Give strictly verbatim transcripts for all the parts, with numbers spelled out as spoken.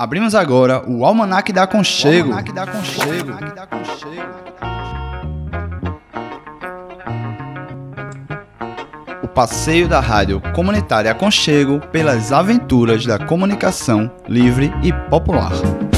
Abrimos agora o Almanaque da Aconchego. O Almanaque da Aconchego. O passeio da rádio comunitária Aconchego pelas aventuras da comunicação livre e popular.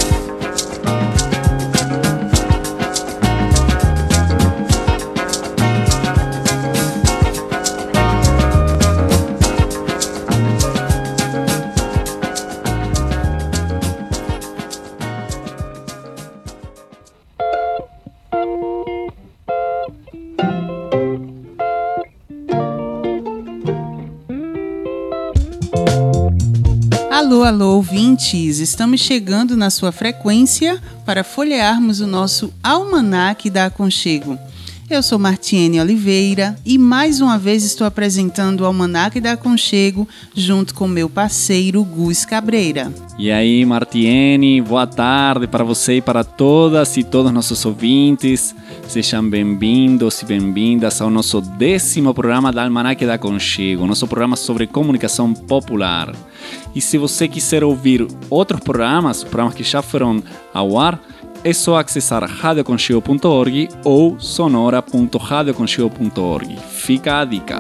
Alô, alô, ouvintes! Estamos chegando na sua frequência para folhearmos o nosso Almanaque da Aconchego. Eu sou Martiene Oliveira e mais uma vez estou apresentando o Almanaque da Aconchego junto com meu parceiro Gus Cabreira. E aí, Martiene, boa tarde para você e para todas e todos nossos ouvintes. Sejam bem-vindos e bem-vindas ao nosso décimo programa da Almanaque da Aconchego, nosso programa sobre comunicação popular. E se você quiser ouvir outros programas, programas que já foram ao ar, é só acessar radio aconchego ponto org ou sonora ponto radio aconchego ponto org. Fica a dica.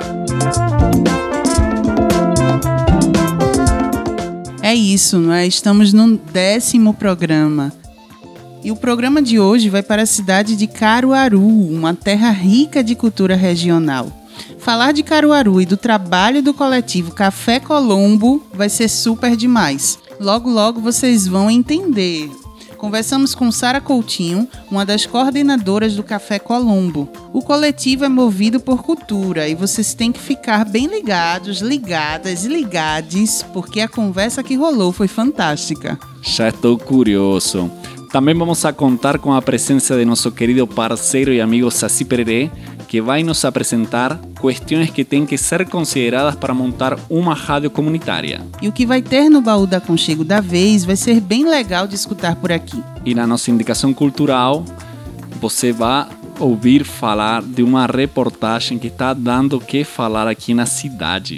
É isso, não é? Estamos no décimo programa. E o programa de hoje vai para a cidade de Caruaru, uma terra rica de cultura regional. Falar de Caruaru e do trabalho do coletivo Café Colombo vai ser super demais. Logo, logo vocês vão entender. Conversamos com Sara Coutinho, uma das coordenadoras do Café Colombo. O coletivo é movido por cultura e vocês têm que ficar bem ligados, ligadas e ligades, porque a conversa que rolou foi fantástica. Já estou curioso. Também vamos a contar com a presença de nosso querido parceiro e amigo Saci Pererê, que vai nos apresentar questões que têm que ser consideradas para montar uma rádio comunitária. E o que vai ter no baú da Aconchego da vez vai ser bem legal de escutar por aqui. E na nossa indicação cultural, você vai ouvir falar de uma reportagem que está dando o que falar aqui na cidade.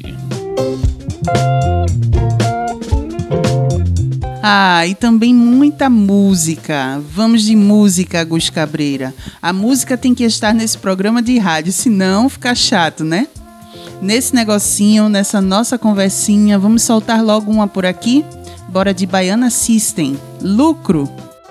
Ah, e também muita música. Vamos de música, Gus Cabreira. A música tem que estar nesse programa de rádio, senão fica chato, né? Nesse negocinho, nessa nossa conversinha, vamos soltar logo uma por aqui? Bora de Baiana System. Lucro!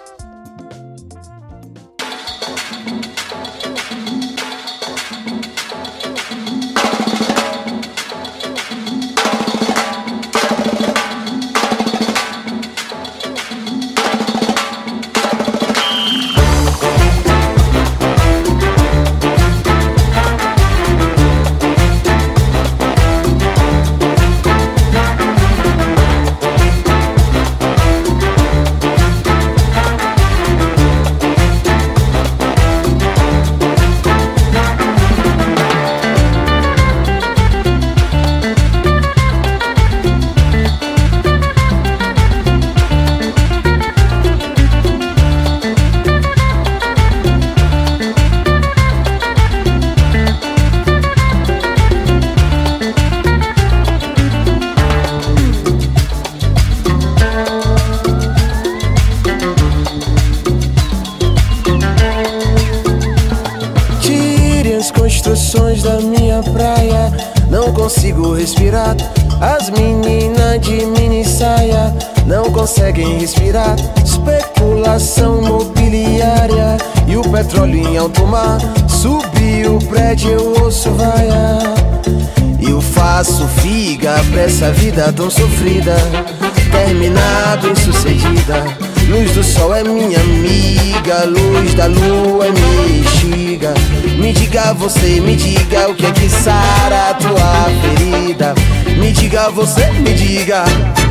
Da minha praia, não consigo respirar. As meninas de mini saia não conseguem respirar. Especulação mobiliária e o petróleo em alto mar. Subiu o prédio, eu ouço vaia. Eu faço figa pra essa vida tão sofrida. Terminar bem sucedida. Luz do sol é minha amiga, luz da lua é minha bexiga. Me diga você, me diga o que é que sara a tua ferida. Me diga você, me diga.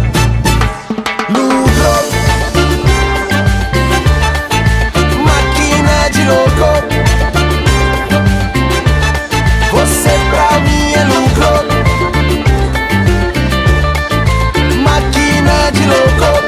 Lucro, máquina de louco. Você pra mim é lucro. Máquina de louco.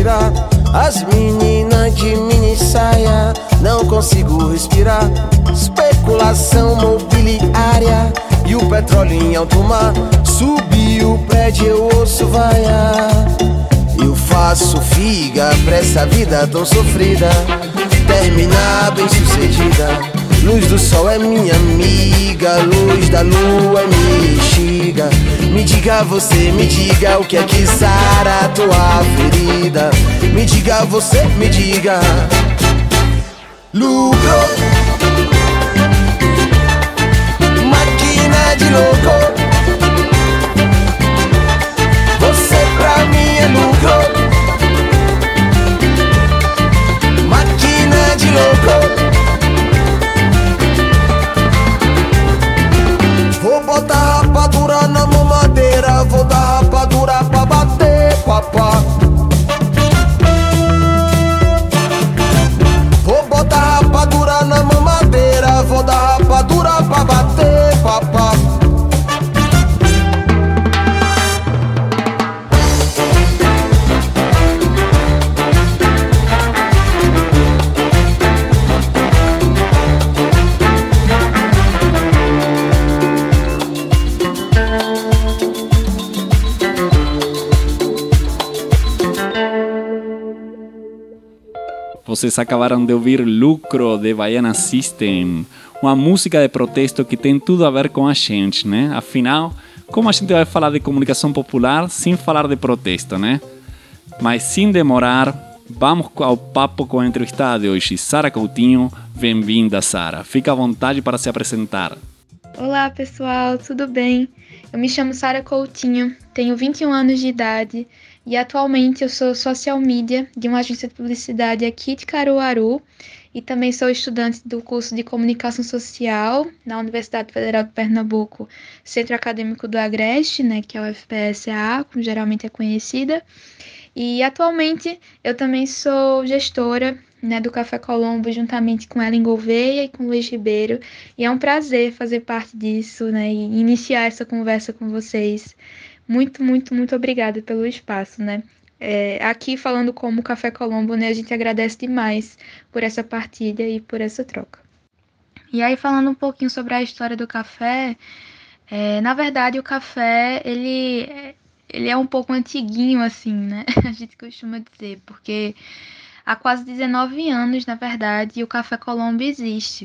respirar. As meninas de mini saia, não consigo respirar. Especulação mobiliária e o petróleo em alto mar. Subiu o prédio, eu ouço vaiar. Eu faço figa pra essa vida tão sofrida terminar bem sucedida. Luz do sol é minha amiga, luz da lua me instiga. Me diga você, me diga o que é que sara a tua ferida. Me diga você, me diga. Lucro, máquina de louco. Você pra mim é lucro, máquina de louco. Vou botar rapadura na mamadeira, vou dar rapadura pra bater, papá. Vou botar rapadura na mamadeira, vou dar rapadura pra bater, papá. Vocês acabaram de ouvir Lucro, de Baiana System, uma música de protesto que tem tudo a ver com a gente, né? Afinal, como a gente vai falar de comunicação popular sem falar de protesto, né? Mas sem demorar, vamos ao papo com a entrevistada de hoje, Sara Coutinho. Bem-vinda, Sara. Fica à vontade para se apresentar. Olá, pessoal, tudo bem? Eu me chamo Sara Coutinho, tenho vinte e um anos de idade e atualmente eu sou social media de uma agência de publicidade aqui de Caruaru e também sou estudante do curso de comunicação social na Universidade Federal de Pernambuco, Centro Acadêmico do Agreste, né, que é o U F P S A, como geralmente é conhecida. E atualmente eu também sou gestora, né, do Café Colombo, juntamente com Ellen Gouveia e com Luiz Ribeiro. E é um prazer fazer parte disso, né, e iniciar essa conversa com vocês. Muito, muito, muito obrigada pelo espaço, né? É, aqui falando como Café Colombo, né, a gente agradece demais por essa partilha e por essa troca. E aí, falando um pouquinho sobre a história do café, é, na verdade, o café, ele, ele é um pouco antiguinho, assim, né? A gente costuma dizer, porque há quase dezenove anos, na verdade, o Café Colombo existe.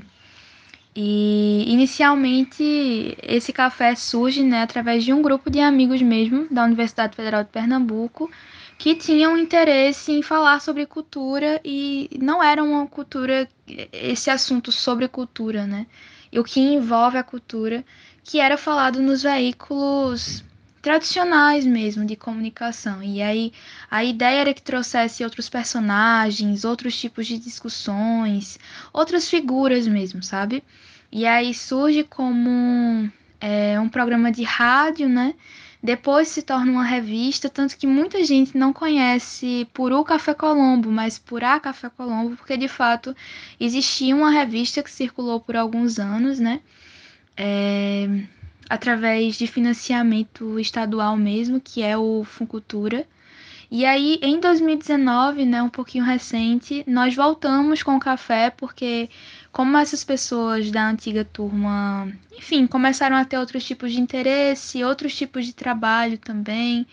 E inicialmente esse café surge, né, através de um grupo de amigos mesmo da Universidade Federal de Pernambuco que tinham interesse em falar sobre cultura e não era uma cultura, esse assunto sobre cultura, né, e o que envolve a cultura, que era falado nos veículos tradicionais mesmo de comunicação. E aí a ideia era que trouxesse outros personagens, outros tipos de discussões, outras figuras mesmo, sabe? E aí surge como é, um programa de rádio, né? Depois se torna uma revista, tanto que muita gente não conhece por o Café Colombo, mas por a Café Colombo, porque de fato existia uma revista que circulou por alguns anos, né? É, através de financiamento estadual mesmo, que é o Funcultura. E aí, em dois mil e dezenove, né, um pouquinho recente, nós voltamos com o café, porque como essas pessoas da antiga turma, enfim, começaram a ter outros tipos de interesse, outros tipos de trabalho também,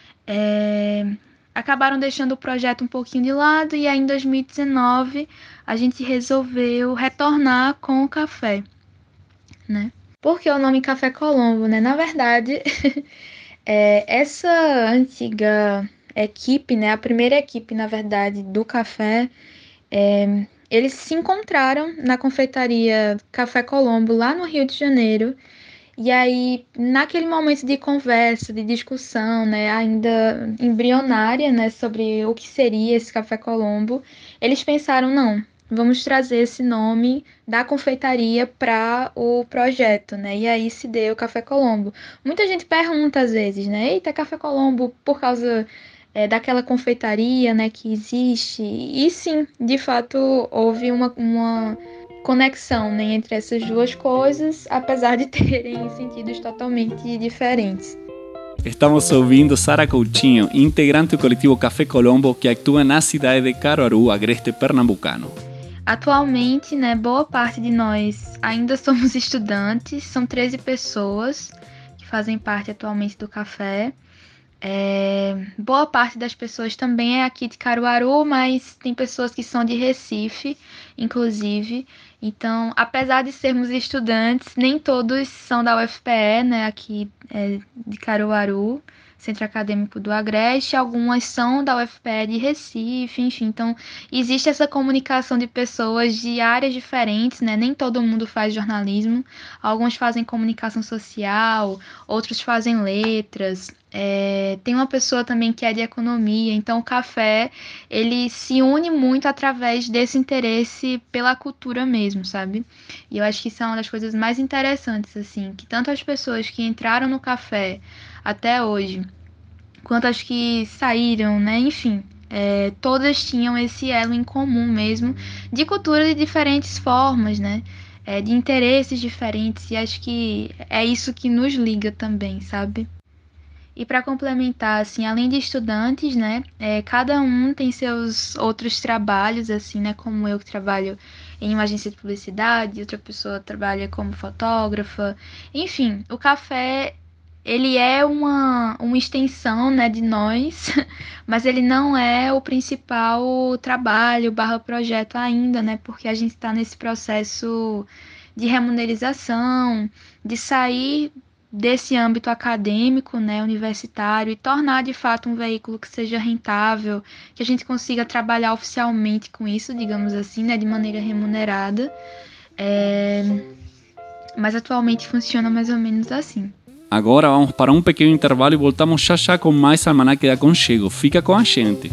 é, acabaram deixando o projeto um pouquinho de lado, e aí em dois mil e dezenove a gente resolveu retornar com o café, né? Por que o nome Café Colombo, né? Na verdade, é, essa antiga equipe, né? A primeira equipe, na verdade, do café, é, eles se encontraram na confeitaria Café Colombo, lá no Rio de Janeiro. E aí, naquele momento de conversa, de discussão, né? Ainda embrionária, né? Sobre o que seria esse Café Colombo, eles pensaram, não, vamos trazer esse nome da confeitaria para o projeto, né? E aí se deu Café Colombo. Muita gente pergunta às vezes, né? Eita, Café Colombo por causa é, daquela confeitaria, né, que existe. E sim, de fato, houve uma, uma conexão, né, entre essas duas coisas, apesar de terem sentidos totalmente diferentes. Estamos ouvindo Sara Coutinho, integrante do coletivo Café Colombo, que atua na cidade de Caruaru, agreste pernambucano. Atualmente, né, boa parte de nós ainda somos estudantes, são treze pessoas que fazem parte atualmente do café. É, boa parte das pessoas também é aqui de Caruaru, mas tem pessoas que são de Recife, inclusive. Então, apesar de sermos estudantes, nem todos são da U F P E, né, aqui é, de Caruaru, Centro Acadêmico do Agreste, algumas são da U F P E de Recife, enfim. Então, existe essa comunicação de pessoas de áreas diferentes, né? Nem todo mundo faz jornalismo. Alguns fazem comunicação social, outros fazem letras. É, tem uma pessoa também que é de economia. Então, o café, ele se une muito através desse interesse pela cultura mesmo, sabe? E eu acho que isso é uma das coisas mais interessantes, assim, que tanto as pessoas que entraram no café até hoje, quanto as que saíram, né? Enfim, é, todas tinham esse elo em comum mesmo, de cultura de diferentes formas, né? É, de interesses diferentes, e acho que é isso que nos liga também, sabe? E para complementar, assim, além de estudantes, né, é, cada um tem seus outros trabalhos, assim, né, como eu que trabalho em uma agência de publicidade, outra pessoa trabalha como fotógrafa, enfim, o café, ele é uma, uma extensão, né, de nós, mas ele não é o principal trabalho barra projeto ainda, né, porque a gente está nesse processo de remunerização, de sair desse âmbito acadêmico, né, universitário, e tornar de fato um veículo que seja rentável, que a gente consiga trabalhar oficialmente com isso, digamos assim, né, de maneira remunerada. É... Mas atualmente funciona mais ou menos assim. Agora vamos para um pequeno intervalo e voltamos já já com mais Almanaque da Conchego. Fica com a gente.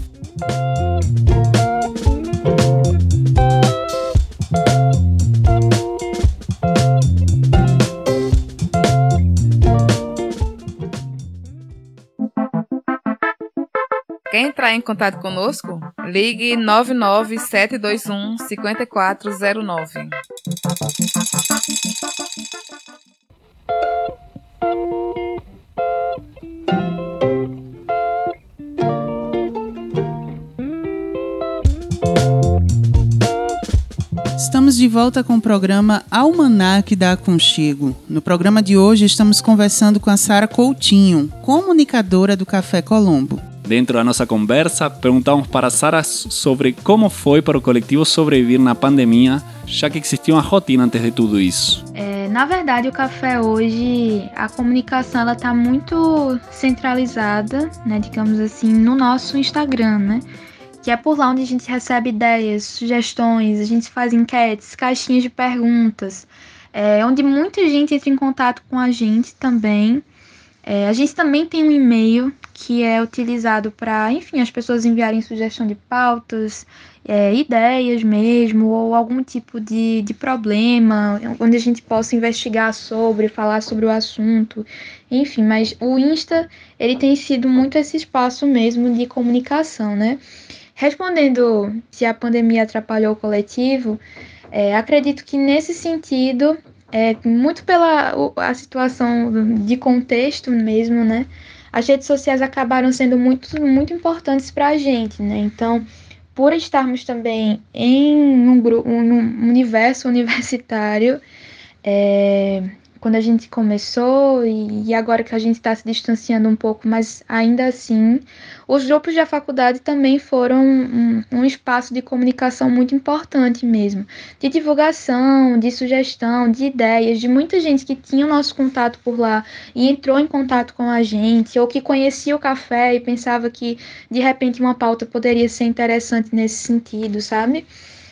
Quer entrar em contato conosco? Ligue nove nove sete dois um cinco quatro zero nove. Estamos de volta com o programa Almanaque da Aconchego. No programa de hoje estamos conversando com a Sara Coutinho, comunicadora do Café Colombo. Dentro da nossa conversa, perguntamos para a Sara sobre como foi para o coletivo sobreviver na pandemia, já que existia uma rotina antes de tudo isso. É, na verdade, o café hoje, a comunicação ela está muito centralizada, né, digamos assim, no nosso Instagram, né? Que é por lá onde a gente recebe ideias, sugestões, a gente faz enquetes, caixinhas de perguntas, é, onde muita gente entra em contato com a gente também. É, a gente também tem um e-mail que é utilizado para, enfim, as pessoas enviarem sugestão de pautas, é, ideias mesmo, ou algum tipo de, de problema, onde a gente possa investigar sobre, falar sobre o assunto, enfim. Mas o Insta, ele tem sido muito esse espaço mesmo de comunicação, né? Respondendo se a pandemia atrapalhou o coletivo, é, acredito que nesse sentido, é, muito pela a situação de contexto mesmo, né? As redes sociais acabaram sendo muito, muito importantes para a gente, né? Então, por estarmos também em um, grupo, um universo universitário, é, quando a gente começou e, e agora que a gente está se distanciando um pouco, mas ainda assim, os grupos da faculdade também foram um, um espaço de comunicação muito importante mesmo, de divulgação, de sugestão, de ideias, de muita gente que tinha o nosso contato por lá e entrou em contato com a gente, ou que conhecia o café e pensava que de repente uma pauta poderia ser interessante nesse sentido, sabe?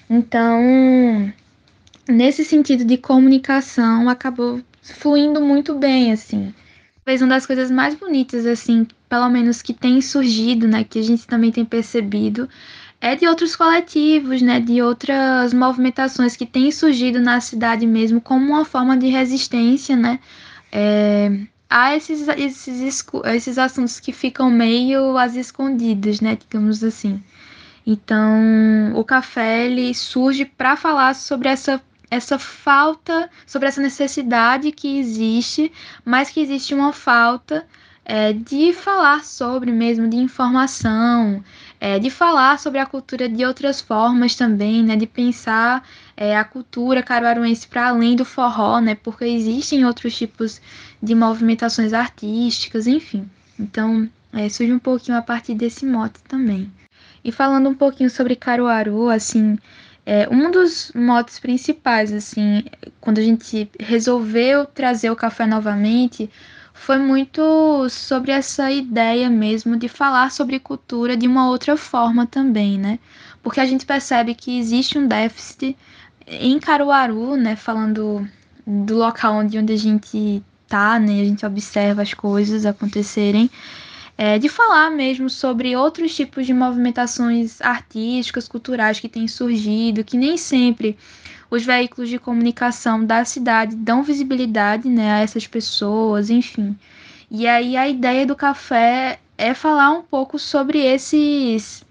Então, nesse sentido de comunicação, acabou fluindo muito bem, assim. Talvez uma das coisas mais bonitas, assim, pelo menos que tem surgido, né, que a gente também tem percebido, é de outros coletivos, né, de outras movimentações que têm surgido na cidade mesmo como uma forma de resistência, né, é, a esses, esses, esses assuntos que ficam meio às escondidas, né, digamos assim. Então, o café, ele surge para falar sobre essa essa falta, sobre essa necessidade que existe, mas que existe uma falta é, de falar sobre mesmo, de informação, é, de falar sobre a cultura de outras formas também, né, de pensar é, a cultura caruaruense para além do forró, né, porque existem outros tipos de movimentações artísticas, enfim. Então, é, surge um pouquinho a partir desse mote também. E falando um pouquinho sobre Caruaru, assim, é, um dos motes principais, assim, quando a gente resolveu trazer o café novamente, foi muito sobre essa ideia mesmo de falar sobre cultura de uma outra forma também, né? Porque a gente percebe que existe um déficit em Caruaru, né? Falando do local onde, onde a gente tá, né? A gente observa as coisas acontecerem. É, de falar mesmo sobre outros tipos de movimentações artísticas, culturais que têm surgido, que nem sempre os veículos de comunicação da cidade dão visibilidade, né, a essas pessoas, enfim. E aí a ideia do café é falar um pouco sobre esses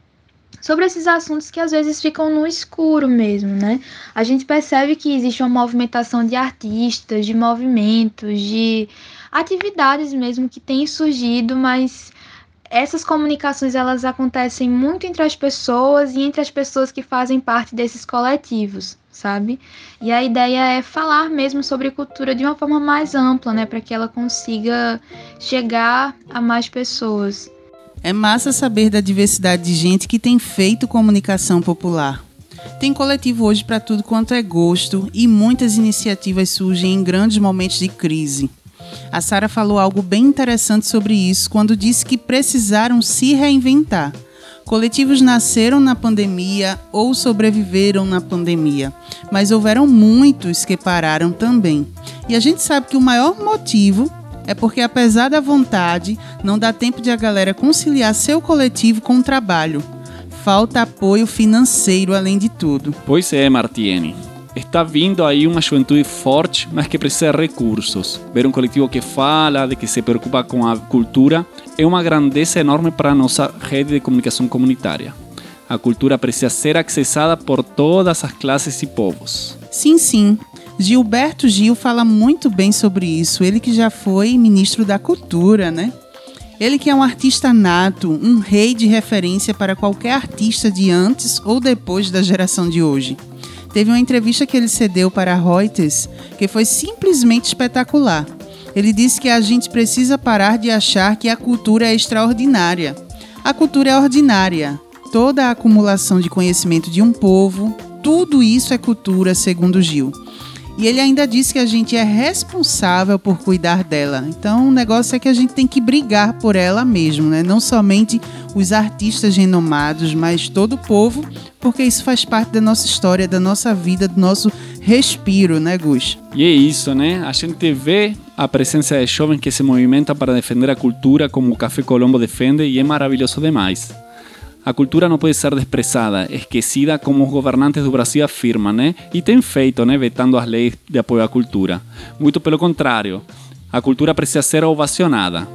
sobre esses assuntos que às vezes ficam no escuro mesmo, né? A gente percebe que existe uma movimentação de artistas, de movimentos, de atividades mesmo que têm surgido, mas essas comunicações elas acontecem muito entre as pessoas e entre as pessoas que fazem parte desses coletivos, sabe? E a ideia é falar mesmo sobre cultura de uma forma mais ampla, né, para que ela consiga chegar a mais pessoas. É massa saber da diversidade de gente que tem feito comunicação popular. Tem coletivo hoje para tudo quanto é gosto e muitas iniciativas surgem em grandes momentos de crise. A Sara falou algo bem interessante sobre isso quando disse que precisaram se reinventar. Coletivos nasceram na pandemia ou sobreviveram na pandemia, mas houveram muitos que pararam também. E a gente sabe que o maior motivo é porque, apesar da vontade, não dá tempo de a galera conciliar seu coletivo com o trabalho. Falta apoio financeiro, além de tudo. Pois é, Martiene. Está vindo aí uma juventude forte, mas que precisa de recursos. Ver um coletivo que fala, de que se preocupa com a cultura, é uma grandeza enorme para a nossa rede de comunicação comunitária. A cultura precisa ser acessada por todas as classes e povos. Sim, sim. Gilberto Gil fala muito bem sobre isso. Ele que já foi ministro da Cultura, né? Ele que é um artista nato, um rei de referência para qualquer artista de antes ou depois da geração de hoje. Teve uma entrevista que ele cedeu para a Reuters que foi simplesmente espetacular. Ele disse que a gente precisa parar de achar que a cultura é extraordinária. A cultura é ordinária. Toda a acumulação de conhecimento de um povo, tudo isso é cultura, segundo Gil. E ele ainda disse que a gente é responsável por cuidar dela. Então o negócio é que a gente tem que brigar por ela mesmo, né? Não somente os artistas renomados, mas todo o povo, porque isso faz parte da nossa história, da nossa vida, do nosso respiro, né, Gus? E é isso, né? A gente vê a presença de jovens que se movimentam para defender a cultura como o Café Colombo defende e é maravilhoso demais. A cultura não pode ser desprezada, esquecida como os governantes do Brasil afirmam, né? E tem feito, né? Vetando as leis de apoio à cultura. Muito pelo contrário, a cultura precisa ser ovacionada.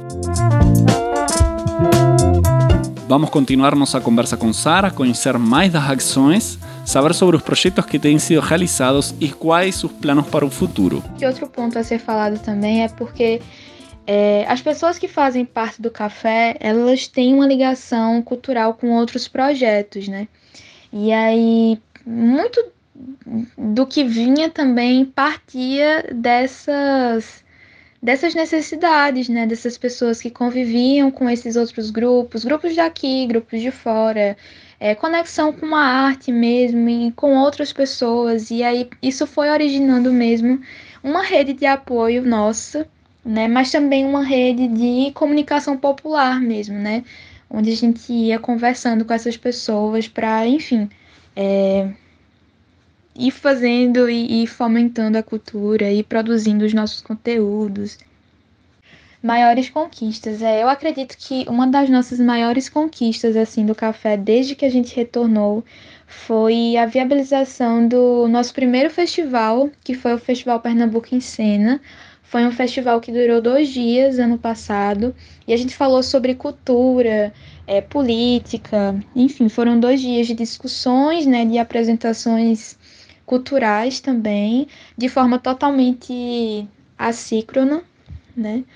Vamos continuar nossa conversa com Sara, conhecer mais das ações, saber sobre os projetos que têm sido realizados e quais os planos para o futuro. E outro ponto a ser falado também é porque É, as pessoas que fazem parte do café, elas têm uma ligação cultural com outros projetos, né? E aí, muito do que vinha também partia dessas, dessas necessidades, né? Dessas pessoas que conviviam com esses outros grupos, grupos daqui, grupos de fora, é, conexão com a arte mesmo e com outras pessoas. E aí, isso foi originando mesmo uma rede de apoio nossa, né, mas também uma rede de comunicação popular mesmo, né, onde a gente ia conversando com essas pessoas para, enfim, é, ir fazendo e, e fomentando a cultura e produzindo os nossos conteúdos. Maiores conquistas. É, eu acredito que uma das nossas maiores conquistas assim do café, desde que a gente retornou, foi a viabilização do nosso primeiro festival, que foi o Festival Pernambuco em Cena. Foi um festival que durou dois dias ano passado e a gente falou sobre cultura, é, política, enfim, foram dois dias de discussões, né, de apresentações culturais também, de forma totalmente assíncrona, né,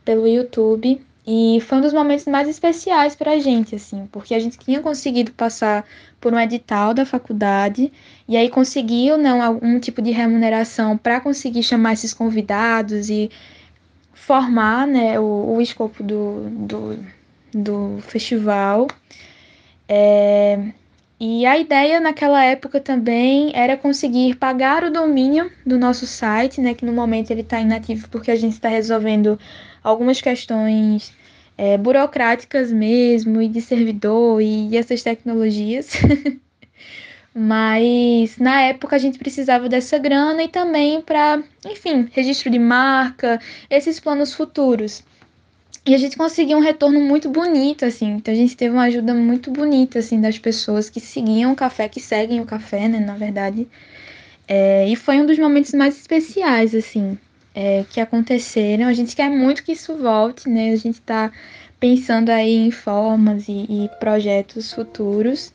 pelo YouTube. E foi um dos momentos mais especiais para a gente, assim, porque a gente tinha conseguido passar por um edital da faculdade e aí conseguiu, né, algum tipo de remuneração para conseguir chamar esses convidados e formar, né, o, o escopo do, do, do festival. É, e a ideia naquela época também era conseguir pagar o domínio do nosso site, né, que no momento ele está inativo porque a gente está resolvendo algumas questões é, burocráticas mesmo, e de servidor e essas tecnologias. Mas na época a gente precisava dessa grana e também para, enfim, registro de marca, esses planos futuros. E a gente conseguiu um retorno muito bonito, assim. Então a gente teve uma ajuda muito bonita, assim, das pessoas que seguiam o café, que seguem o café, né, na verdade. É, e foi um dos momentos mais especiais, assim, é, que aconteceram. A gente quer muito que isso volte, né? A gente tá pensando aí em formas e, e projetos futuros.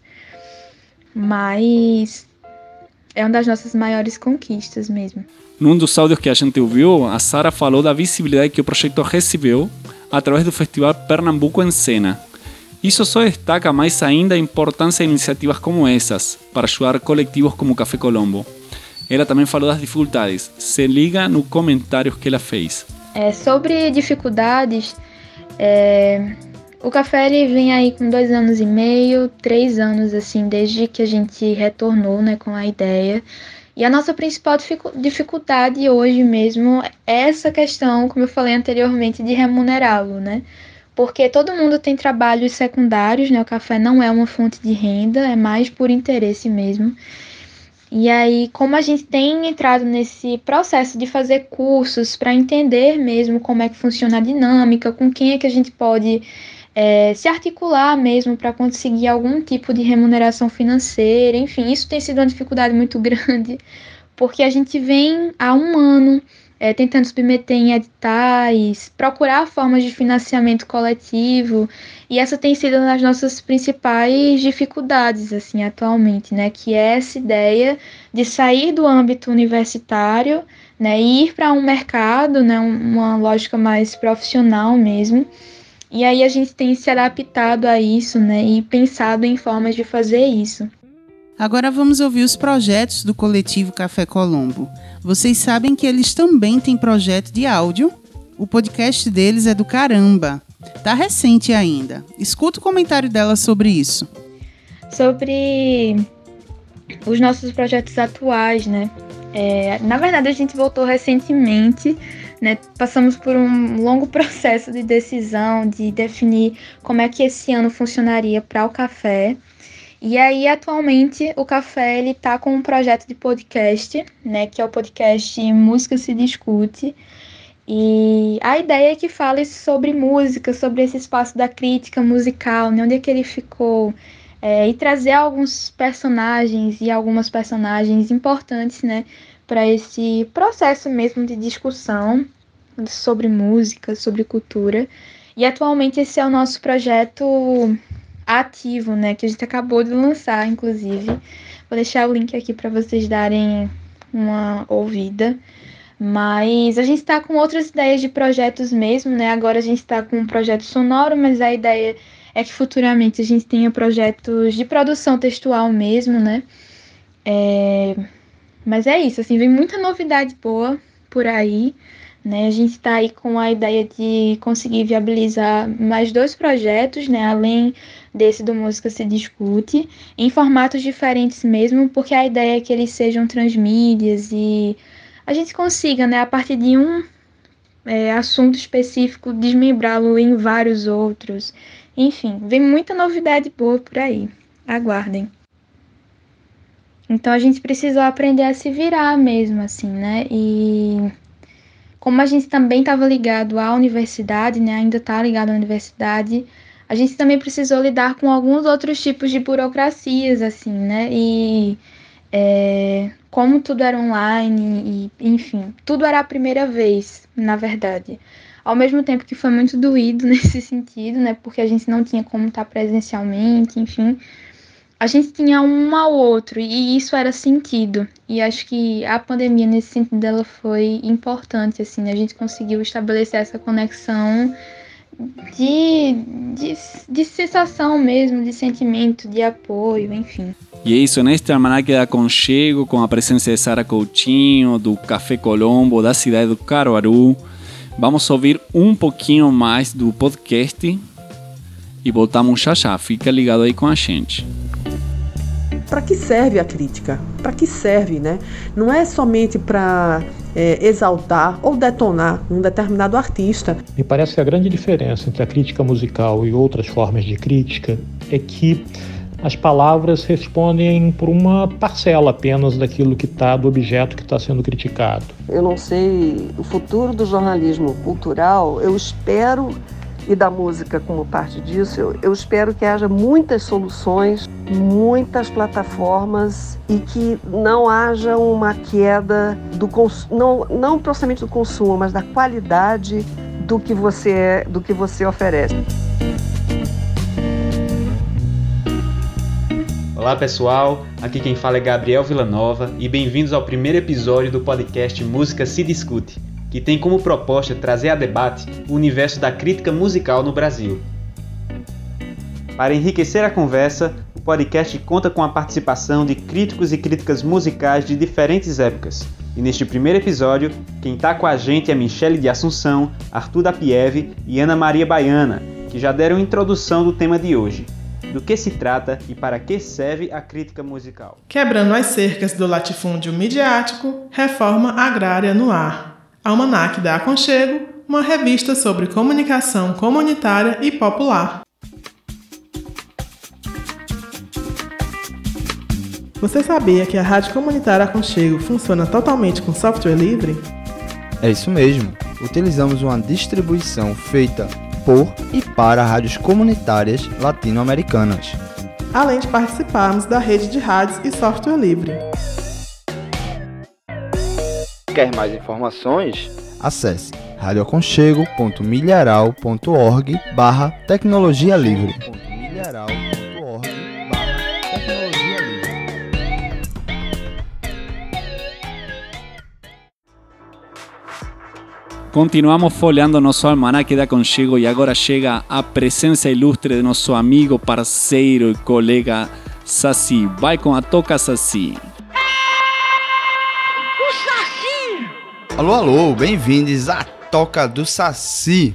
Mas é uma das nossas maiores conquistas mesmo. Num dos áudios que a gente ouviu, a Sara falou da visibilidade que o projeto recebeu através do Festival Pernambuco em Cena. Isso só destaca mais ainda a importância de iniciativas como essas para ajudar coletivos como o Café Colombo. Ela também falou das dificuldades. Se liga no comentário que ela fez. É, sobre dificuldades, é, o café ele vem aí com dois anos e meio, três anos assim, desde que a gente retornou, né, com a ideia. E a nossa principal dificuldade hoje mesmo é essa questão, como eu falei anteriormente, de remunerá-lo, né? Porque todo mundo tem trabalhos secundários, né? O café não é uma fonte de renda, é mais por interesse mesmo. E aí, como a gente tem entrado nesse processo de fazer cursos para entender mesmo como é que funciona a dinâmica, com quem é que a gente pode é, se articular mesmo para conseguir algum tipo de remuneração financeira, enfim, isso tem sido uma dificuldade muito grande, porque a gente vem há um ano é, tentando submeter em editais, procurar formas de financiamento coletivo, e essa tem sido uma das nossas principais dificuldades, assim, atualmente, né, que é essa ideia de sair do âmbito universitário, né, e ir para um mercado, né, uma lógica mais profissional mesmo. E aí a gente tem se adaptado a isso, né, e pensado em formas de fazer isso. Agora vamos ouvir os projetos do coletivo Café Colombo. Vocês sabem que eles também têm projeto de áudio? O podcast deles é do caramba. Tá recente ainda. Escuta o comentário dela sobre isso. Sobre os nossos projetos atuais, né? É, na verdade, a gente voltou recentemente, né? Passamos por um longo processo de decisão, de definir como é que esse ano funcionaria para o café. E aí, atualmente, o Café ele tá com um projeto de podcast, né, que é o podcast Música Se Discute. E a ideia é que fale sobre música, sobre esse espaço da crítica musical, né, onde é que ele ficou, é, e trazer alguns personagens e algumas personagens importantes, né, para esse processo mesmo de discussão sobre música, sobre cultura. E atualmente esse é o nosso projeto ativo, né, que a gente acabou de lançar, inclusive. Vou deixar o link aqui para vocês darem uma ouvida. Mas a gente está com outras ideias de projetos mesmo, né? Agora a gente está com um projeto sonoro, mas a ideia é que futuramente a gente tenha projetos de produção textual mesmo, né? É... Mas é isso, assim, vem muita novidade boa por aí, né? A gente está aí com a ideia de conseguir viabilizar mais dois projetos, né? Além desse do Música Se Discute, em formatos diferentes mesmo, porque a ideia é que eles sejam transmídias e a gente consiga, né, a partir de um é, assunto específico, desmembrá-lo em vários outros. Enfim, vem muita novidade boa por aí. Aguardem. Então a gente precisou aprender a se virar mesmo, assim, né? E como a gente também estava ligado à universidade, né, ainda está ligado à universidade, a gente também precisou lidar com alguns outros tipos de burocracias, assim, né, e é, como tudo era online, e, enfim, tudo era a primeira vez, na verdade. Ao mesmo tempo que foi muito doído nesse sentido, né, porque a gente não tinha como estar presencialmente, enfim, a gente tinha um ao outro e isso era sentido. E acho que a pandemia, nesse sentido dela, foi importante, assim, a gente conseguiu estabelecer essa conexão de, de, de sensação mesmo, de sentimento, de apoio, enfim. E é isso, neste Almanaque de Aconchego, com a presença de Sara Coutinho, do Café Colombo, da cidade do Caruaru. Vamos ouvir um pouquinho mais do podcast e voltamos já já. Fica ligado aí com a gente. Para que serve a crítica? Para que serve, né? Não é somente para é, exaltar ou detonar um determinado artista. Me parece que a grande diferença entre a crítica musical e outras formas de crítica é que as palavras respondem por uma parcela apenas daquilo que está, do objeto que está sendo criticado. Eu não sei, o futuro do jornalismo cultural, eu espero, e da música como parte disso, eu, eu espero que haja muitas soluções, muitas plataformas e que não haja uma queda, do cons- não, não propriamente do consumo, mas da qualidade do que você, é, do que você oferece. Olá pessoal, aqui quem fala é Gabriel Villanova e bem-vindos ao primeiro episódio do podcast Música se Discute, que tem como proposta trazer a debate o universo da crítica musical no Brasil. Para enriquecer a conversa, o podcast conta com a participação de críticos e críticas musicais de diferentes épocas. E neste primeiro episódio, quem está com a gente é Michele de Assunção, Arthur da Pieve e Ana Maria Baiana, que já deram introdução do tema de hoje. Do que se trata e para que serve a crítica musical. Quebrando as cercas do latifúndio midiático, reforma agrária no ar. Almanaque da Aconchego, uma revista sobre comunicação comunitária e popular. Você sabia que a Rádio Comunitária Aconchego funciona totalmente com software livre? É isso mesmo. Utilizamos uma distribuição feita por e para rádios comunitárias latino-americanas. Além de participarmos da rede de rádios e software livre. Quer mais informações? Acesse radioaconchego ponto milharal ponto org barra tecnologia livre. milharal ponto org barra tecnologia livre. Continuamos folheando nosso almanaque de Aconchego e agora chega a presença ilustre de nosso amigo, parceiro e colega Saci. Vai com a toca, Saci. O Saci! Alô, alô, bem-vindos à Toca do Saci.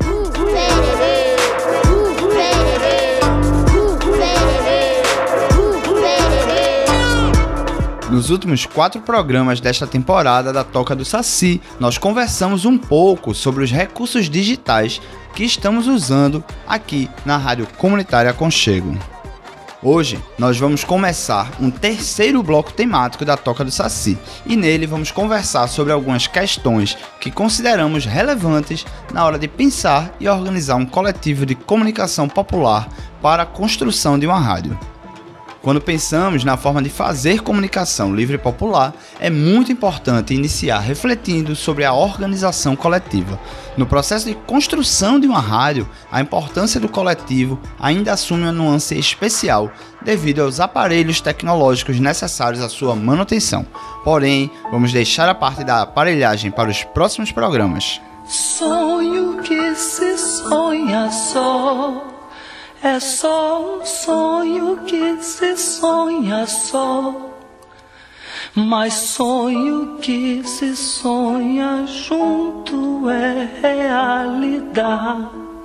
Nos últimos quatro programas desta temporada da Toca do Saci, nós conversamos um pouco sobre os recursos digitais que estamos usando aqui na Rádio Comunitária Aconchego. Hoje, nós vamos começar um terceiro bloco temático da Toca do Saci e nele vamos conversar sobre algumas questões que consideramos relevantes na hora de pensar e organizar um coletivo de comunicação popular para a construção de uma rádio. Quando pensamos na forma de fazer comunicação livre e popular, é muito importante iniciar refletindo sobre a organização coletiva. No processo de construção de uma rádio, a importância do coletivo ainda assume uma nuance especial devido aos aparelhos tecnológicos necessários à sua manutenção. Porém, vamos deixar a parte da aparelhagem para os próximos programas. Sonho que se sonha só. É só um sonho que se sonha só, mas sonho que se sonha junto é realidade.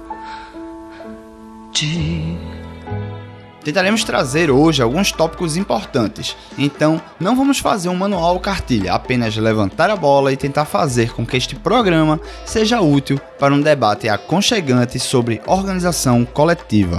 Tentaremos trazer hoje alguns tópicos importantes, então não vamos fazer um manual ou cartilha, apenas levantar a bola e tentar fazer com que este programa seja útil para um debate aconchegante sobre organização coletiva.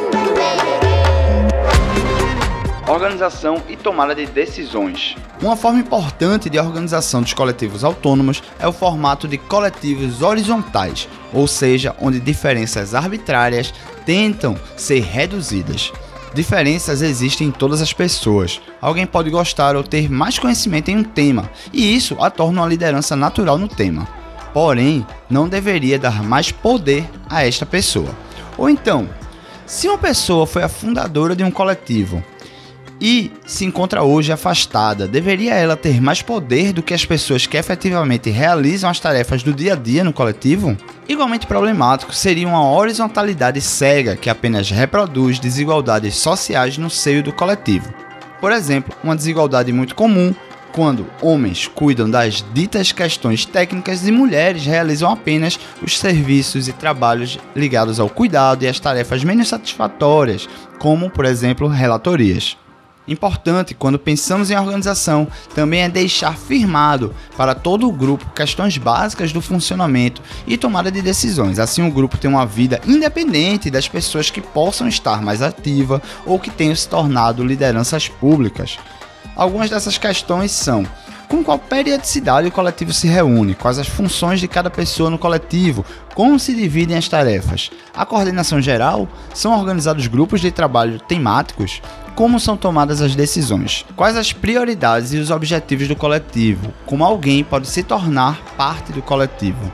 Organização e tomada de decisões. Uma forma importante de organização dos coletivos autônomos é o formato de coletivos horizontais, ou seja, onde diferenças arbitrárias tentam ser reduzidas. Diferenças existem em todas as pessoas. Alguém pode gostar ou ter mais conhecimento em um tema, e isso a torna uma liderança natural no tema. Porém, não deveria dar mais poder a esta pessoa. Ou então, se uma pessoa foi a fundadora de um coletivo e se encontra hoje afastada. Deveria ela ter mais poder do que as pessoas que efetivamente realizam as tarefas do dia a dia no coletivo? Igualmente problemático seria uma horizontalidade cega que apenas reproduz desigualdades sociais no seio do coletivo. Por exemplo, uma desigualdade muito comum quando homens cuidam das ditas questões técnicas e mulheres realizam apenas os serviços e trabalhos ligados ao cuidado e às tarefas menos satisfatórias, como, por exemplo, relatorias. Importante, quando pensamos em organização, também é deixar firmado para todo o grupo questões básicas do funcionamento e tomada de decisões. Assim o grupo tem uma vida independente das pessoas que possam estar mais ativas ou que tenham se tornado lideranças públicas. Algumas dessas questões são: com qual periodicidade o coletivo se reúne? Quais as funções de cada pessoa no coletivo? Como se dividem as tarefas? A coordenação geral? São organizados grupos de trabalho temáticos? Como são tomadas as decisões? Quais as prioridades e os objetivos do coletivo? Como alguém pode se tornar parte do coletivo?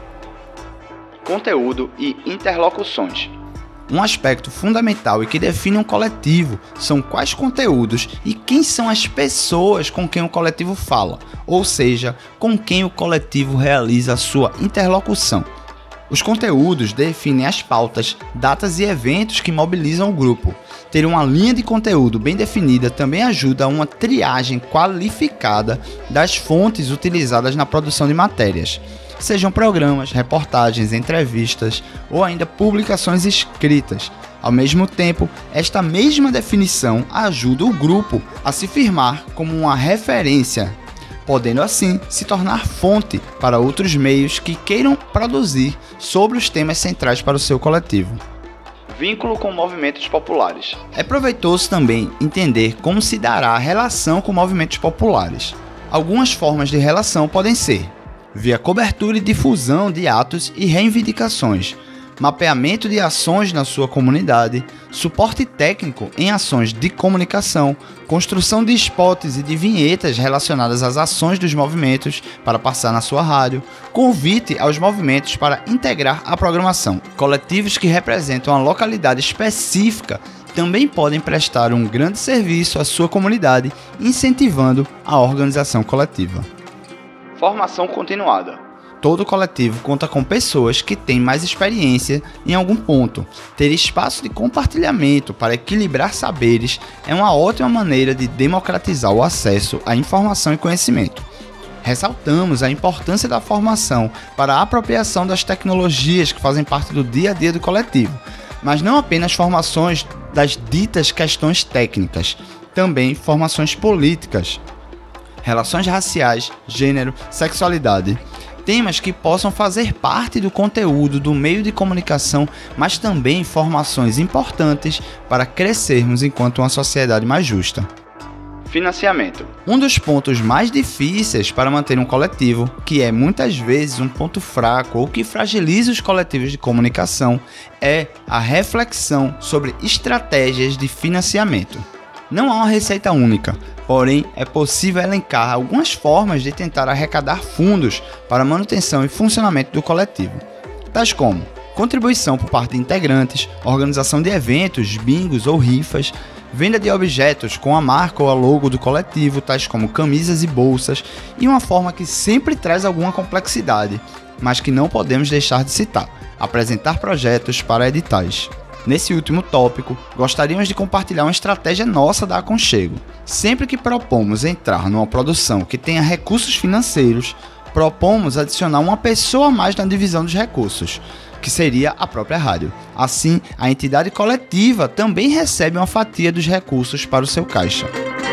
Conteúdo e interlocuções. Um aspecto fundamental e que define um coletivo são quais conteúdos e quem são as pessoas com quem o coletivo fala, ou seja, com quem o coletivo realiza a sua interlocução. Os conteúdos definem as pautas, datas e eventos que mobilizam o grupo. Ter uma linha de conteúdo bem definida também ajuda a uma triagem qualificada das fontes utilizadas na produção de matérias. Sejam programas, reportagens, entrevistas ou ainda publicações escritas. Ao mesmo tempo, esta mesma definição ajuda o grupo a se firmar como uma referência, podendo assim se tornar fonte para outros meios que queiram produzir sobre os temas centrais para o seu coletivo. Vínculo com movimentos populares. É proveitoso também entender como se dará a relação com movimentos populares. Algumas formas de relação podem ser via cobertura e difusão de atos e reivindicações, mapeamento de ações na sua comunidade, suporte técnico em ações de comunicação, construção de spots e de vinhetas relacionadas às ações dos movimentos para passar na sua rádio, convite aos movimentos para integrar a programação. Coletivos que representam uma localidade específica também podem prestar um grande serviço à sua comunidade, incentivando a organização coletiva. Formação continuada. Todo coletivo conta com pessoas que têm mais experiência em algum ponto. Ter espaço de compartilhamento para equilibrar saberes é uma ótima maneira de democratizar o acesso à informação e conhecimento. Ressaltamos a importância da formação para a apropriação das tecnologias que fazem parte do dia a dia do coletivo, mas não apenas formações das ditas questões técnicas, também formações políticas, relações raciais, gênero, sexualidade. Temas que possam fazer parte do conteúdo do meio de comunicação, mas também informações importantes para crescermos enquanto uma sociedade mais justa. Financiamento. Um dos pontos mais difíceis para manter um coletivo, que é muitas vezes um ponto fraco ou que fragiliza os coletivos de comunicação, é a reflexão sobre estratégias de financiamento. Não há uma receita única, porém é possível elencar algumas formas de tentar arrecadar fundos para a manutenção e funcionamento do coletivo, tais como contribuição por parte de integrantes, organização de eventos, bingos ou rifas, venda de objetos com a marca ou a logo do coletivo, tais como camisas e bolsas, e uma forma que sempre traz alguma complexidade, mas que não podemos deixar de citar: apresentar projetos para editais. Nesse último tópico, gostaríamos de compartilhar uma estratégia nossa da Aconchego. Sempre que propomos entrar numa produção que tenha recursos financeiros, propomos adicionar uma pessoa a mais na divisão dos recursos, que seria a própria rádio. Assim, a entidade coletiva também recebe uma fatia dos recursos para o seu caixa.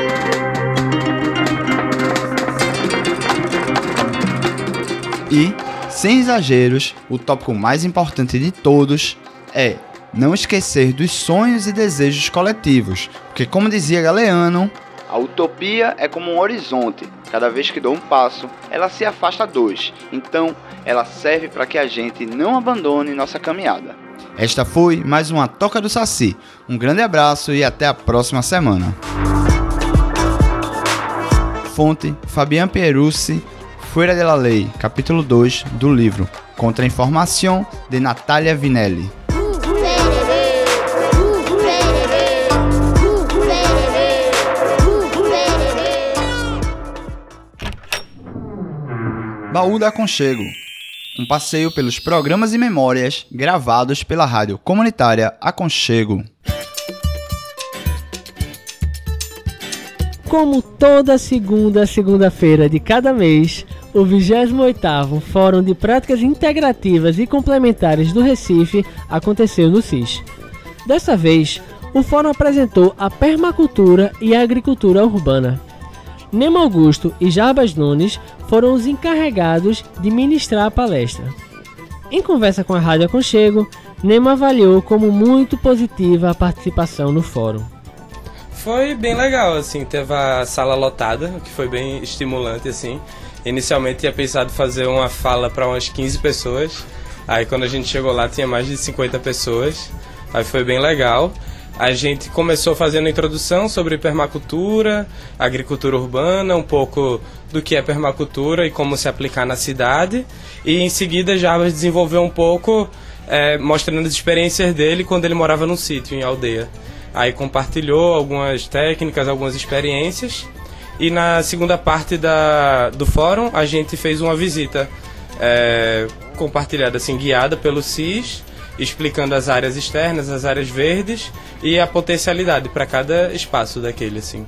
E, sem exageros, o tópico mais importante de todos é não esquecer dos sonhos e desejos coletivos, porque, como dizia Galeano, a utopia é como um horizonte. Cada vez que dou um passo, ela se afasta dois. Então, ela serve para que a gente não abandone nossa caminhada. Esta foi mais uma Toca do Saci. Um grande abraço e até a próxima semana. Fonte: Fabián Pierucci, Fuera de la Ley, capítulo dois do livro Contra-Información, de Natalia Vinelli. Baú da Aconchego, um passeio pelos programas e memórias gravados pela Rádio Comunitária Aconchego. Como toda segunda segunda-feira de cada mês, o vigésimo oitavo Fórum de Práticas Integrativas e Complementares do Recife aconteceu no C I S. Dessa vez, o fórum apresentou a permacultura e a agricultura urbana. Nemo Augusto e Jarbas Nunes foram os encarregados de ministrar a palestra. Em conversa com a Rádio Aconchego, Nemo avaliou como muito positiva a participação no fórum. Foi bem legal, assim, teve a sala lotada, o que foi bem estimulante, assim. Inicialmente tinha pensado fazer uma fala para umas quinze pessoas, aí quando a gente chegou lá tinha mais de cinquenta pessoas, aí foi bem legal. A gente começou fazendo a introdução sobre permacultura, agricultura urbana, um pouco do que é permacultura e como se aplicar na cidade, e em seguida Jarbas desenvolveu um pouco, é, mostrando as experiências dele quando ele morava num sítio, em aldeia. Aí compartilhou algumas técnicas, algumas experiências. E na segunda parte da, do fórum, a gente fez uma visita é, compartilhada, assim, guiada pelo C I S, explicando as áreas externas, as áreas verdes e a potencialidade para cada espaço daquele, assim.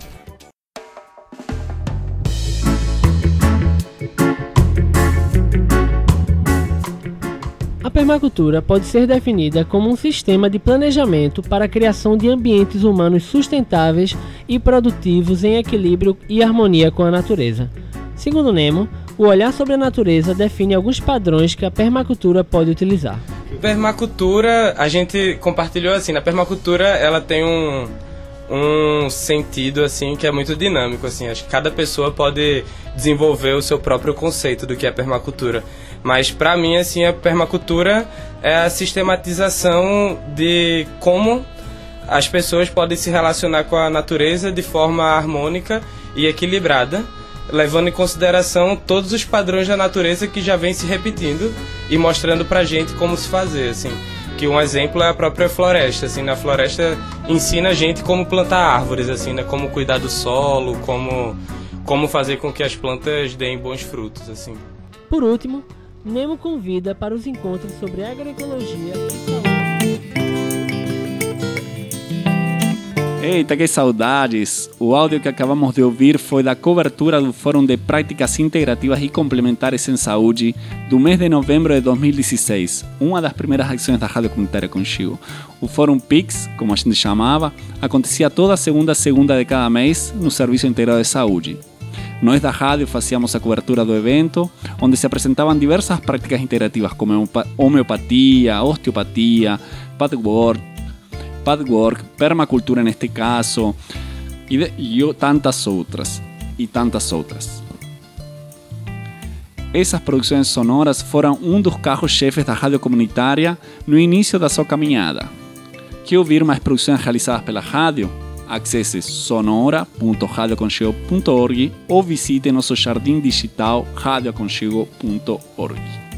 A permacultura pode ser definida como um sistema de planejamento para a criação de ambientes humanos sustentáveis e produtivos em equilíbrio e harmonia com a natureza. Segundo Nemo, o olhar sobre a natureza define alguns padrões que a permacultura pode utilizar. Permacultura, a gente compartilhou assim, na permacultura ela tem um, um sentido assim que é muito dinâmico, assim, acho que cada pessoa pode desenvolver o seu próprio conceito do que é permacultura. Mas para mim, assim, a permacultura é a sistematização de como as pessoas podem se relacionar com a natureza de forma harmônica e equilibrada, levando em consideração todos os padrões da natureza que já vem se repetindo e mostrando pra gente como se fazer, assim. Que um exemplo é a própria floresta, assim, na floresta ensina a gente como plantar árvores, assim, né, como cuidar do solo, como, como fazer com que as plantas deem bons frutos, assim. Por último, Nemo convida para os encontros sobre agroecologia e saúde. Eita, que saudades! O áudio que acabamos de ouvir foi da cobertura do Fórum de Práticas Integrativas e Complementares em Saúde do mês de novembro de dois mil e dezesseis, uma das primeiras ações da Rádio Comunitária Aconchego. O Fórum P I C, como a gente chamava, acontecia toda segunda segunda de cada mês no Serviço Integrado de Saúde. Nós da rádio fazíamos a cobertura do evento, onde se apresentavam diversas práticas integrativas, como homeopatia, osteopatia, pathwork, pathwork, permacultura neste caso, e, de, e tantas outras, e tantas outras. Essas produções sonoras foram um dos carros-chefes da rádio comunitária no início da sua caminhada. Quer ouvir mais produções realizadas pela rádio? Acesse sonora ponto radio aconchego ponto org ou visite nosso jardim digital radio aconchego ponto org.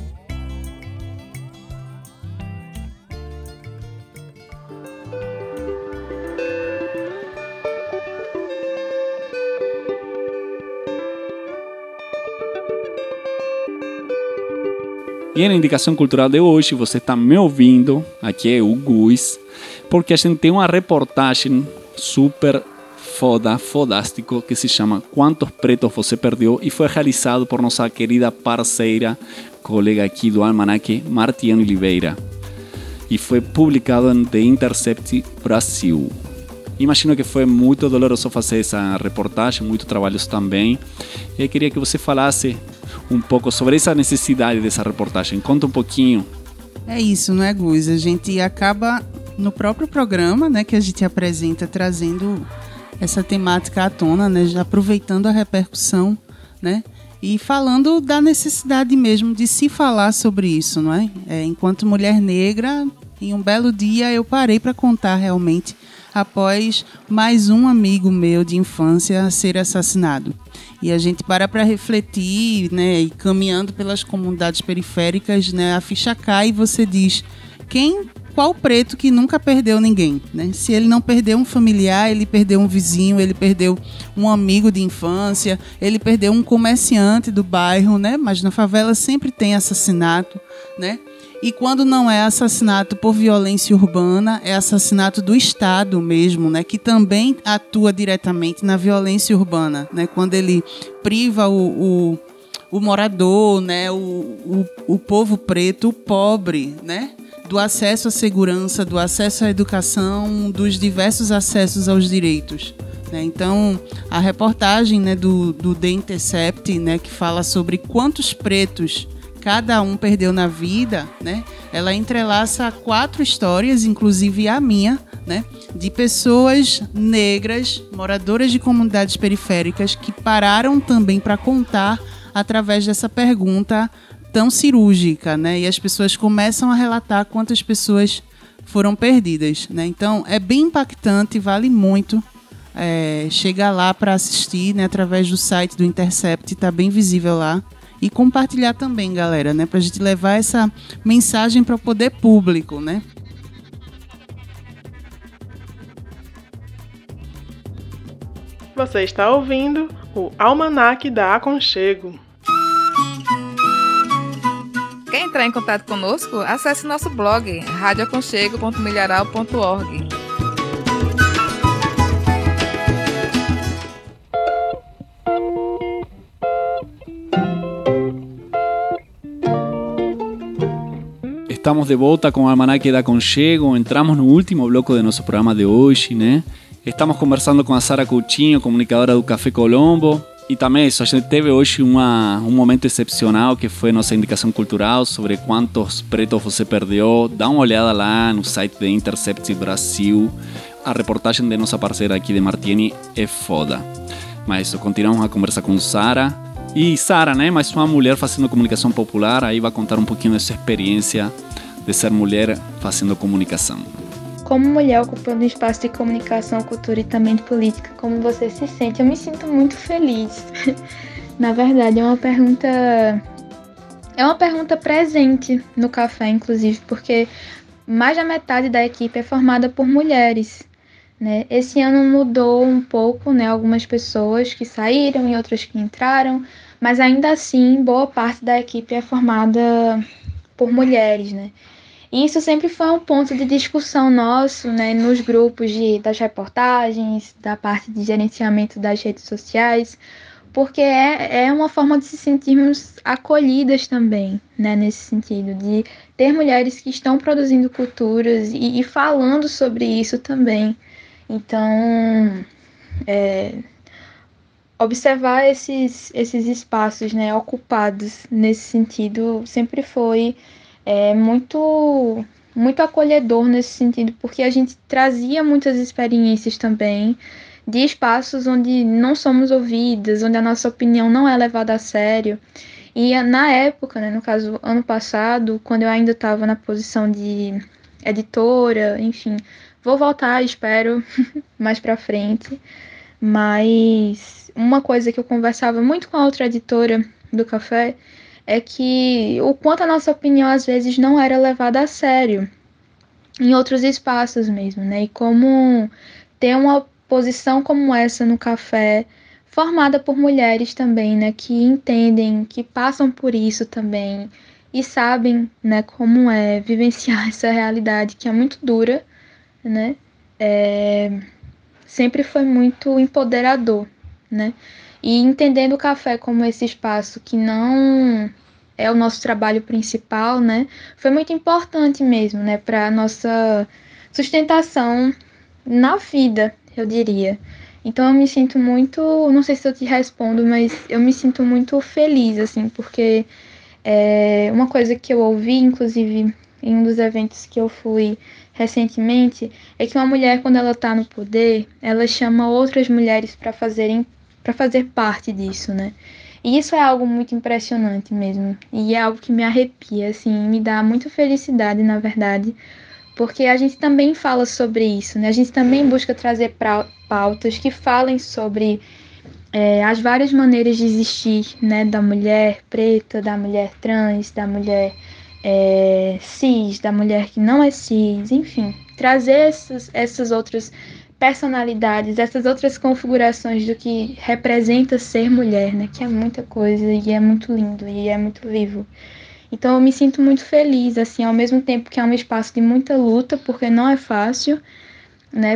E na indicação cultural de hoje, você está me ouvindo, aqui é o Guis, porque a gente tem uma reportagem super foda, fodástico, que se chama Quantos Pretos Você Perdeu, e foi realizado por nossa querida parceira, colega aqui do Almanaque, Martiane Oliveira, e foi publicado em The Intercept Brasil. Imagino que foi muito doloroso fazer essa reportagem, muito trabalhoso também, e eu queria que você falasse um pouco sobre essa necessidade dessa reportagem. Conta um pouquinho. É isso, não é, Gus? A gente acaba no próprio programa, né, que a gente apresenta, trazendo essa temática à tona, né, já aproveitando a repercussão, né, e falando da necessidade mesmo de se falar sobre isso, não é? É, enquanto mulher negra, em um belo dia eu parei para contar realmente, após mais um amigo meu de infância ser assassinado. E a gente para para refletir, né, e caminhando pelas comunidades periféricas, né, a ficha cai e você diz, quem qual preto que nunca perdeu ninguém, né? Se ele não perdeu um familiar, ele perdeu um vizinho, ele perdeu um amigo de infância, ele perdeu um comerciante do bairro, né? Mas na favela sempre tem assassinato, né? E quando não é assassinato por violência urbana, é assassinato do Estado mesmo, né? Que também atua diretamente na violência urbana, né? Quando ele priva o, o, o morador, né? O, o, o povo preto, o pobre, né? Do acesso à segurança, do acesso à educação, dos diversos acessos aos direitos. Né? Então, a reportagem, né, do, do The Intercept, né, que fala sobre quantos pretos cada um perdeu na vida, né? Ela entrelaça quatro histórias, inclusive a minha, né? De pessoas negras, moradoras de comunidades periféricas, que pararam também para contar através dessa pergunta tão cirúrgica, né? E as pessoas começam a relatar quantas pessoas foram perdidas, né? Então, é bem impactante, vale muito é, chegar lá para assistir, né? Através do site do Intercept, está bem visível lá. E compartilhar também, galera, né? Para a gente levar essa mensagem para o poder público, né? Você está ouvindo o Almanaque da Aconchego. Quer entrar em contato conosco? Acesse nosso blog rádio aconchego ponto milharal ponto org. Estamos de volta com o Almanaque da Aconchego. Entramos no último bloco de nosso programa de hoje, né? Estamos conversando com a Sara Coutinho, comunicadora do Café Colombo. E também isso, a gente teve hoje uma, um momento excepcional que foi nossa indicação cultural sobre quantos pretos você perdeu. Dá uma olhada lá no site de Intercept Brasil. A reportagem de nossa parceira aqui de Martini é foda. Mas isso, continuamos a conversa com Sara. E Sara, né, mais uma mulher fazendo comunicação popular, aí vai contar um pouquinho dessa experiência de ser mulher fazendo comunicação. Como mulher ocupando um espaço de comunicação, cultura e também de política, como você se sente? Eu me sinto muito feliz. Na verdade, é uma pergunta... É uma pergunta presente no café, inclusive, porque mais da metade da equipe é formada por mulheres. Né? Esse ano mudou um pouco, né? Algumas pessoas que saíram e outras que entraram, mas ainda assim, boa parte da equipe é formada por mulheres, né? E isso sempre foi um ponto de discussão nosso, né, nos grupos de, das reportagens, da parte de gerenciamento das redes sociais, porque é, é uma forma de se sentirmos acolhidas também, né, nesse sentido, de ter mulheres que estão produzindo culturas e, e falando sobre isso também. Então, é, observar esses, esses espaços, né, ocupados nesse sentido sempre foi... É muito, muito acolhedor nesse sentido, porque a gente trazia muitas experiências também de espaços onde não somos ouvidas, onde a nossa opinião não é levada a sério. E na época, né, no caso, ano passado, quando eu ainda estava na posição de editora, enfim, vou voltar, espero, mais pra frente. Mas uma coisa que eu conversava muito com a outra editora do Café é que o quanto a nossa opinião às vezes não era levada a sério em outros espaços mesmo, né? E como ter uma posição como essa no café, formada por mulheres também, né? Que entendem, que passam por isso também e sabem, né? Como é vivenciar essa realidade que é muito dura, né? É... Sempre foi muito empoderador, né? E entendendo o café como esse espaço que não é o nosso trabalho principal, né? Foi muito importante mesmo, né? Para a nossa sustentação na vida, eu diria. Então eu me sinto muito... Não sei se eu te respondo, mas eu me sinto muito feliz, assim, porque é uma coisa que eu ouvi, inclusive, em um dos eventos que eu fui recentemente, é que uma mulher, quando ela está no poder, ela chama outras mulheres para fazerem para fazer parte disso, né? E isso é algo muito impressionante mesmo. E é algo que me arrepia, assim, me dá muita felicidade, na verdade, porque a gente também fala sobre isso, né? A gente também busca trazer pautas que falem sobre é, as várias maneiras de existir, né? Da mulher preta, da mulher trans, da mulher é, cis, da mulher que não é cis, enfim, trazer essas, essas outras personalidades, essas outras configurações do que representa ser mulher, né? Que é muita coisa e é muito lindo e é muito vivo. Então eu me sinto muito feliz, assim, ao mesmo tempo que é um espaço de muita luta, porque não é fácil, né?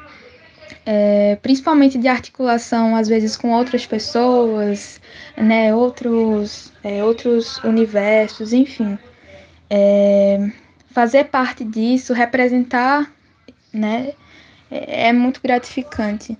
É, principalmente de articulação, às vezes, com outras pessoas, né? Outros, é, outros universos, enfim. É, fazer parte disso, representar, né? É muito gratificante.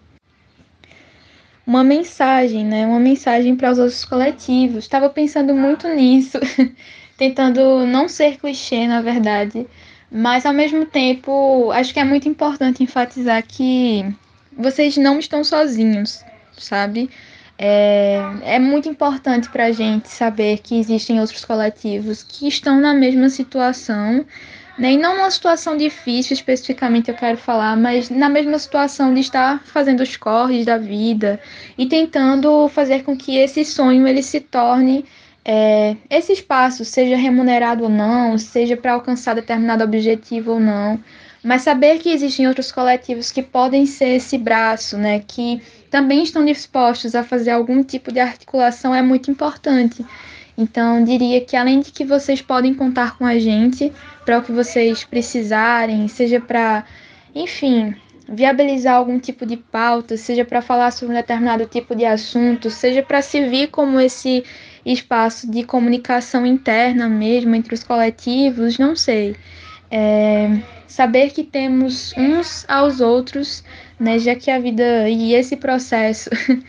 Uma mensagem, né? Uma mensagem para os outros coletivos. Estava pensando muito nisso, tentando não ser clichê, na verdade, mas ao mesmo tempo, acho que é muito importante enfatizar que vocês não estão sozinhos, sabe? É, é muito importante para a gente saber que existem outros coletivos que estão na mesma situação, né? E não uma situação difícil especificamente eu quero falar, mas na mesma situação de estar fazendo os corres da vida e tentando fazer com que esse sonho ele se torne, é, esse espaço, seja remunerado ou não, seja para alcançar determinado objetivo ou não, mas saber que existem outros coletivos que podem ser esse braço, né, que também estão dispostos a fazer algum tipo de articulação é muito importante. Então, diria que além de que vocês podem contar com a gente para o que vocês precisarem, seja para, enfim, viabilizar algum tipo de pauta, seja para falar sobre um determinado tipo de assunto, seja para servir como esse espaço de comunicação interna mesmo entre os coletivos, não sei. É, saber que temos uns aos outros, né, já que a vida e esse processo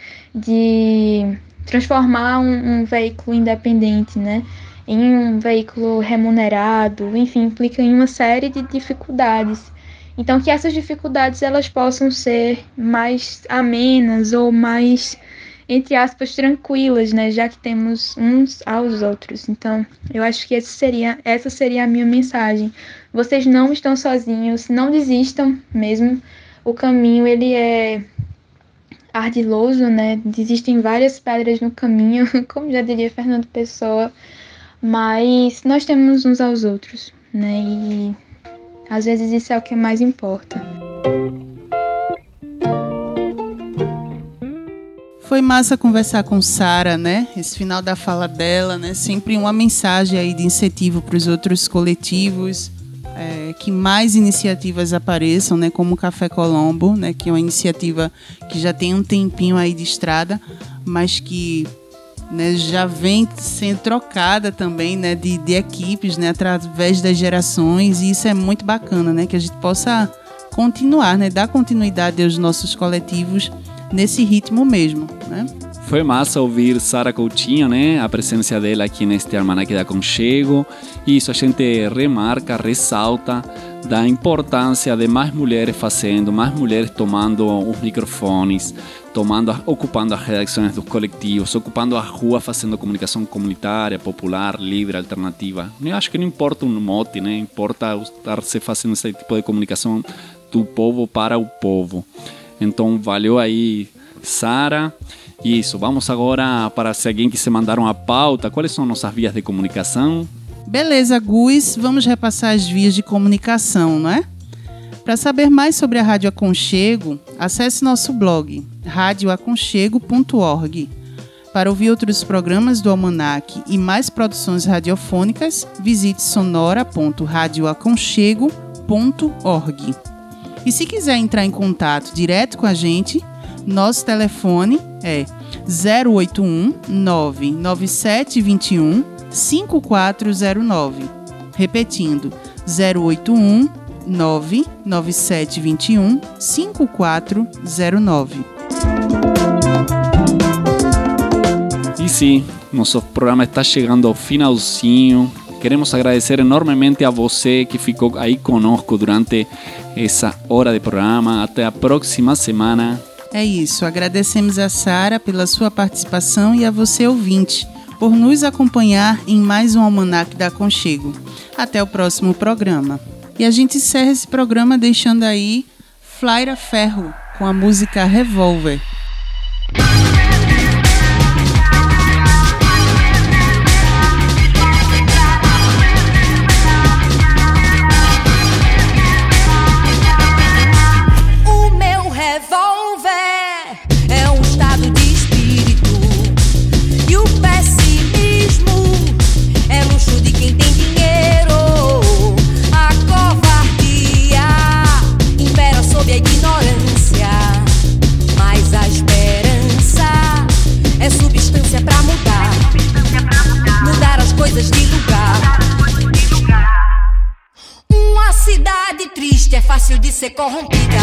de transformar um, um veículo independente, né, em um veículo remunerado, enfim, implica em uma série de dificuldades. Então, que essas dificuldades elas possam ser mais amenas ou mais, entre aspas, tranquilas, né, já que temos uns aos outros. Então, eu acho que esse seria, essa seria a minha mensagem. Vocês não estão sozinhos, não desistam mesmo. O caminho, ele é ardiloso, né? Existem várias pedras no caminho, como já diria Fernando Pessoa, mas nós temos uns aos outros, né? E às vezes isso é o que mais importa. Foi massa conversar com Sara, né? Esse final da fala dela, né? Sempre uma mensagem aí de incentivo para os outros coletivos, é, que mais iniciativas apareçam, né? Como o Café Colombo, né? Que é uma iniciativa que já tem um tempinho aí de estrada, mas que, né, já vem sendo trocada também, né? De, de equipes, né? Através das gerações, e isso é muito bacana, né? Que a gente possa continuar, né? Dar continuidade aos nossos coletivos nesse ritmo mesmo, né? Foi massa ouvir Sara Coutinho, né? A presença dela aqui neste Almanaque da Aconchego. E isso a gente remarca, ressalta da importância de mais mulheres fazendo, mais mulheres tomando os microfones, tomando, ocupando as redações dos coletivos, ocupando a rua, fazendo comunicação comunitária, popular, livre, alternativa. Eu acho que não importa um mote, né? Importa estar se fazendo esse tipo de comunicação do povo para o povo. Então, valeu aí, Sara. Isso, vamos agora para se alguém quiser mandar uma pauta. Quais são nossas vias de comunicação? Beleza, Gus, vamos repassar as vias de comunicação, não é? Para saber mais sobre a Rádio Aconchego, acesse nosso blog, rádio aconchego ponto org. Para ouvir outros programas do Almanac e mais produções radiofônicas, visite sonora ponto radio aconchego ponto org. E se quiser entrar em contato direto com a gente, nosso telefone é zero oito um, nove nove sete dois um, cinco quatro zero nove. Repetindo, zero oito um, nove nove sete dois um, cinco quatro zero nove. E sim, nosso programa está chegando ao finalzinho. Queremos agradecer enormemente a você que ficou aí conosco durante essa hora de programa. Até a próxima semana. É isso, agradecemos a Sara pela sua participação e a você, ouvinte, por nos acompanhar em mais um Almanac da Aconchego. Até o próximo programa. E a gente encerra esse programa deixando aí Flaira Ferro com a música Revolver. fácil de ser corrompida.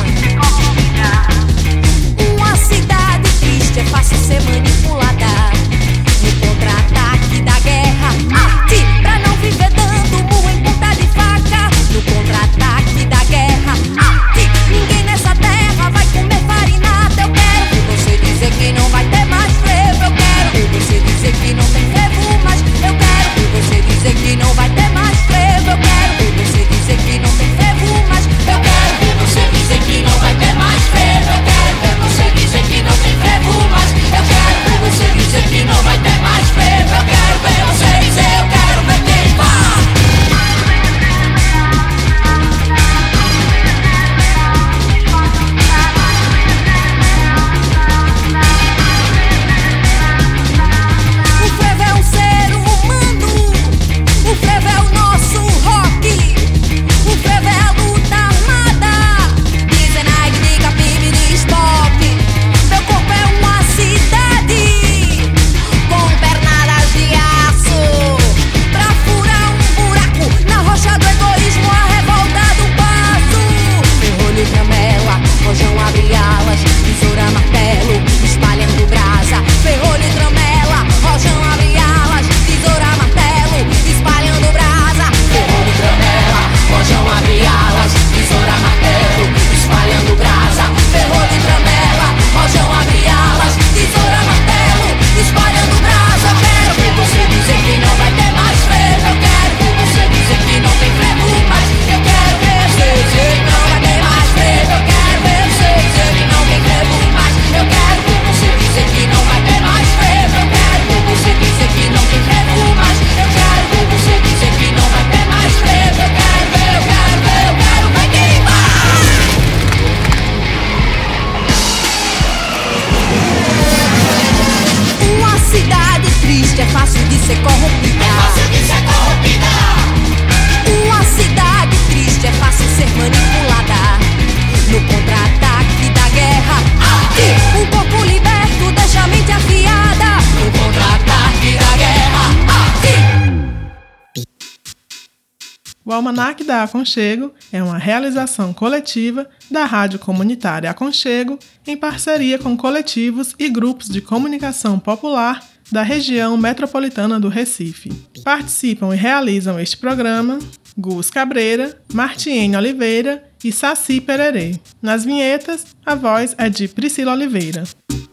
Uma cidade triste, é fácil ser manipulada. No contra-ataque da guerra, arte pra não viver dando murro em ponta de faca. No contra-ataque da guerra, arte, ninguém nessa terra vai comer farinata. Eu quero ver você dizer que não vai ter mais frevo. Eu quero ver você dizer que não tem frevo, mas eu quero ver você dizer que não vai ter mais frevo. Eu quero ver você dizer que não tem frevo, mas eu quero ver você dizer que não vai ter mais frevo. Eu quero ver você dizer que não tem frevo, mas eu quero ver você dizer que não vai ter mais frevo. Eu quero ver você dizer, eu quero ver quem vai. O frevo é um ser humano, o frevo é o nosso rock, o frevo é a luta armada, dizem na diga pibe de stop. Meu corpo é uma cidade com pernadas de aço, pra furar um buraco na rocha do egoísmo, a revolta do passo. Ferrolho, tramela, rojão, abre alas, tesoura, martelo, espalhando brasa. Ferrolho, tramela, rojão, abre alas, tesoura, martelo, espalhando brasa. Ferrolho, tramela, rojão, abre alas, tesoura, martelo, espalhando brasa. Ferrolho, tramela, rojão, abre alas, tesoura, martelo, espalhando brasa. Eu quero ver você dizer que não vai ter mais frevo. Eu quero ver você dizer que não tem frevo, mas eu quero ver você dizer que não vai ter mais frevo. Eu quero ver você dizer que não tem frevo, mas eu quero ver você dizer que não vai ter mais frevo. Eu quero ver você dizer que não tem frevo, mas eu quero ver você dizer que não vai ter mais frevo. Eu quero ver, eu quero ver, eu quero ver quem vai. Uma cidade triste, é fácil de ser corrompida. É fácil de ser corrompida. Uma cidade triste, é fácil ser manipulada. No contra-ataque da guerra, arte, um corpo liberto deixa a mente afiada. No contra-ataque da guerra, arte. O Almanaque da Aconchego é uma realização coletiva da Rádio Comunitária Aconchego em parceria com coletivos e grupos de comunicação popular da região metropolitana do Recife. Participam e realizam este programa Gus Cabreira, Martiene Oliveira e Saci Pererê. Nas vinhetas, a voz é de Priscila Oliveira.